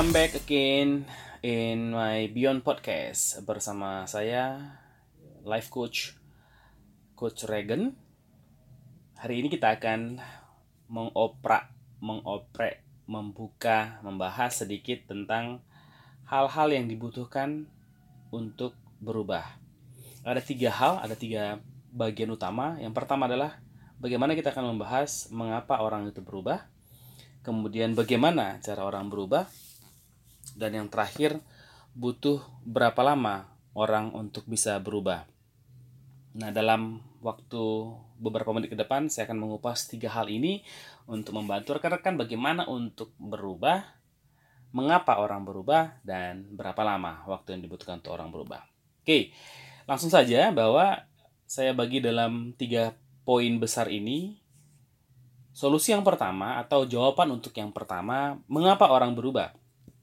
Welcome back again in my Beyond Podcast bersama saya Life Coach Regan. Hari ini kita akan membahas sedikit tentang hal-hal yang dibutuhkan untuk berubah. Ada tiga bagian utama. Yang pertama adalah bagaimana kita akan membahas mengapa orang itu berubah. Kemudian bagaimana cara orang berubah. Dan yang terakhir, butuh berapa lama orang untuk bisa berubah. Nah, dalam waktu beberapa menit ke depan, saya akan mengupas 3 hal ini untuk membantu rekan-rekan bagaimana untuk berubah, mengapa orang berubah, dan berapa lama waktu yang dibutuhkan untuk orang berubah. Oke, langsung saja bahwa saya bagi dalam 3 poin besar ini. Solusi yang pertama atau jawaban untuk yang pertama, mengapa orang berubah?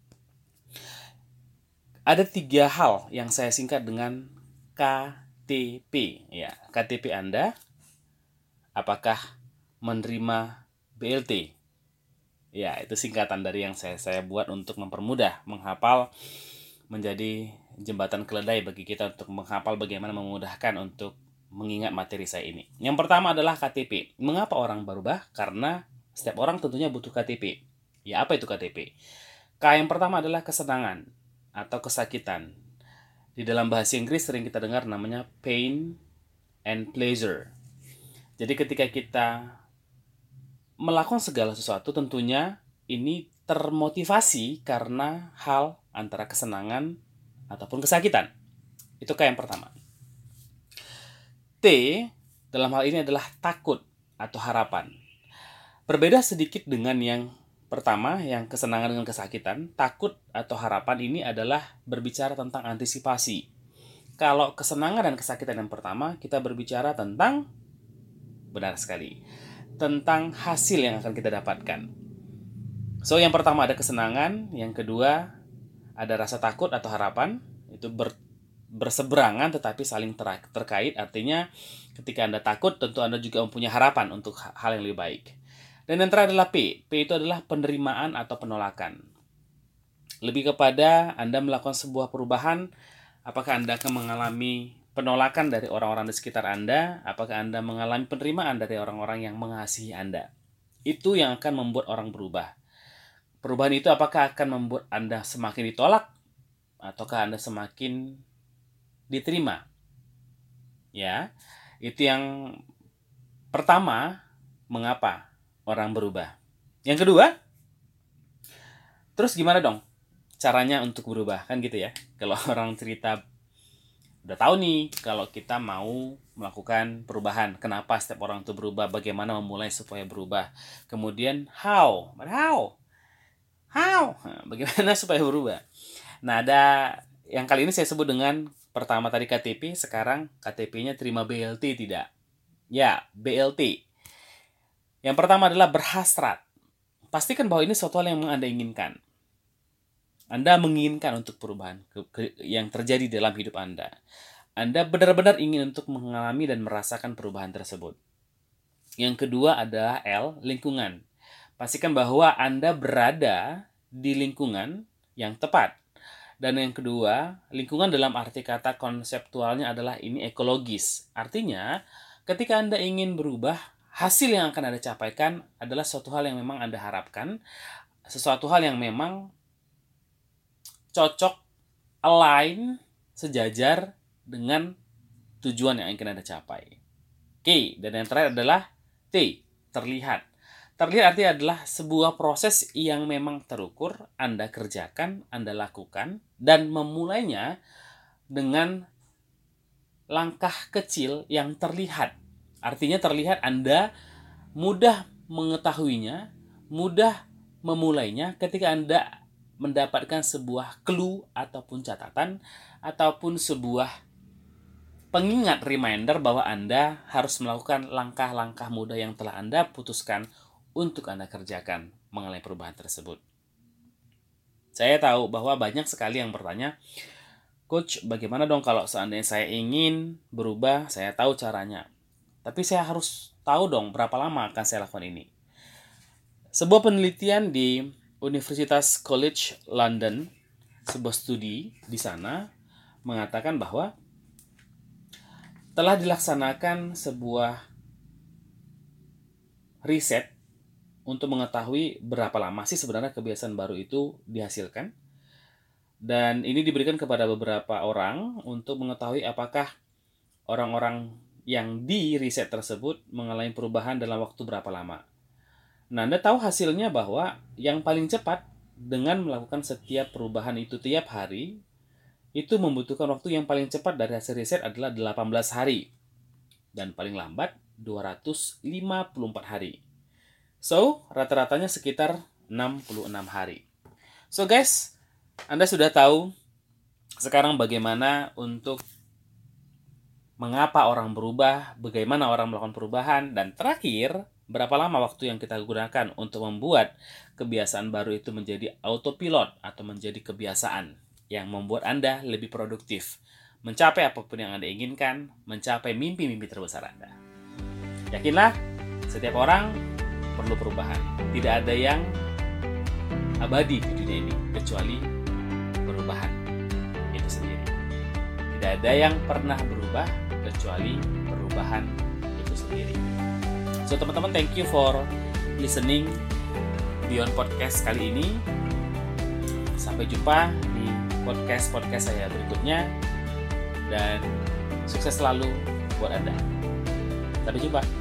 Ada 3 hal yang saya singkat dengan KTP. Ya, KTP Anda, apakah menerima BLT? Ya, itu singkatan dari yang saya buat untuk mempermudah menghafal, menjadi jembatan keledai bagi kita untuk menghafal bagaimana memudahkan untuk mengingat materi saya ini. Yang pertama adalah KTP. Mengapa orang berubah? Karena setiap orang tentunya butuh KTP. Ya, apa itu KTP? K yang pertama adalah kesenangan atau kesakitan. Di dalam bahasa Inggris sering kita dengar namanya pain and pleasure. Jadi ketika kita melakukan segala sesuatu, tentunya ini termotivasi karena hal antara kesenangan ataupun kesakitan. Itu K yang pertama. T dalam hal ini adalah takut atau harapan. Berbeda sedikit dengan yang pertama, yang kesenangan dengan kesakitan. Takut atau harapan ini adalah berbicara tentang antisipasi. Kalau kesenangan dan kesakitan yang pertama, kita berbicara tentang, benar sekali, tentang hasil yang akan kita dapatkan. So, yang pertama ada kesenangan, yang kedua ada rasa takut atau harapan. Itu berseberangan tetapi saling terkait. Artinya ketika Anda takut, tentu Anda juga mempunyai harapan untuk hal yang lebih baik. Dan yang terakhir adalah P. P itu adalah penerimaan atau penolakan. Lebih kepada Anda melakukan sebuah perubahan, apakah Anda akan mengalami penolakan dari orang-orang di sekitar Anda, apakah Anda mengalami penerimaan dari orang-orang yang mengasihi Anda. Itu yang akan membuat orang berubah. Perubahan itu apakah akan membuat Anda semakin ditolak, ataukah Anda semakin diterima. Ya, itu yang pertama, mengapa orang berubah. Yang kedua, terus gimana dong caranya untuk berubah? Kan gitu ya. Kalau orang cerita, udah tahu nih kalau kita mau melakukan perubahan. Kenapa setiap orang itu berubah? Bagaimana memulai supaya berubah? Kemudian how? Bagaimana supaya berubah? Nah, ada yang kali ini saya sebut dengan pertama tadi KTP, sekarang KTP-nya terima BLT tidak? Ya, BLT. Yang pertama adalah berhasrat. Pastikan bahwa ini suatu hal yang Anda inginkan. Anda menginginkan untuk perubahan yang terjadi dalam hidup Anda. Anda benar-benar ingin untuk mengalami dan merasakan perubahan tersebut. Yang kedua adalah L, lingkungan. Pastikan bahwa Anda berada di lingkungan yang tepat. Dan yang kedua, lingkungan dalam arti kata konseptualnya adalah ini ekologis. Artinya, ketika Anda ingin berubah, hasil yang akan Anda capaikan adalah suatu hal yang memang Anda harapkan, sesuatu hal yang memang cocok, align, sejajar dengan tujuan yang ingin Anda capai. Oke, dan yang terakhir adalah T, terlihat. Terlihat artinya adalah sebuah proses yang memang terukur, Anda kerjakan, Anda lakukan, dan memulainya dengan langkah kecil yang terlihat. Artinya terlihat Anda mudah mengetahuinya, mudah memulainya ketika Anda mendapatkan sebuah clue ataupun catatan, ataupun sebuah pengingat reminder bahwa Anda harus melakukan langkah-langkah mudah yang telah Anda putuskan untuk Anda kerjakan mengenai perubahan tersebut. Saya tahu bahwa banyak sekali yang bertanya, Coach, bagaimana dong kalau seandainya saya ingin berubah, saya tahu caranya. Tapi saya harus tahu dong berapa lama akan saya lakukan ini. Sebuah penelitian di Universitas College London, sebuah studi di sana mengatakan bahwa telah dilaksanakan sebuah riset untuk mengetahui berapa lama sih sebenarnya kebiasaan baru itu dihasilkan. Dan ini diberikan kepada beberapa orang untuk mengetahui apakah orang-orang yang di riset tersebut mengalami perubahan dalam waktu berapa lama. Nah, Anda tahu hasilnya bahwa yang paling cepat dengan melakukan setiap perubahan itu tiap hari, itu membutuhkan waktu yang paling cepat dari hasil riset adalah 18 hari. Dan paling lambat 254 hari. So, rata-ratanya sekitar 66 hari. So guys, Anda sudah tahu sekarang bagaimana untuk mengapa orang berubah, bagaimana orang melakukan perubahan, dan terakhir, berapa lama waktu yang kita gunakan untuk membuat kebiasaan baru itu menjadi autopilot atau menjadi kebiasaan yang membuat Anda lebih produktif, mencapai apapun yang Anda inginkan, mencapai mimpi-mimpi terbesar Anda. Yakinlah, setiap orang perlu perubahan. Tidak ada yang abadi di dunia ini, kecuali perubahan itu sendiri. Tidak ada yang pernah berubah, kecuali perubahan itu sendiri. So teman-teman, thank you for listening Beyond Podcast kali ini. Sampai jumpa di podcast saya berikutnya. Dan sukses selalu buat Anda. Sampai jumpa.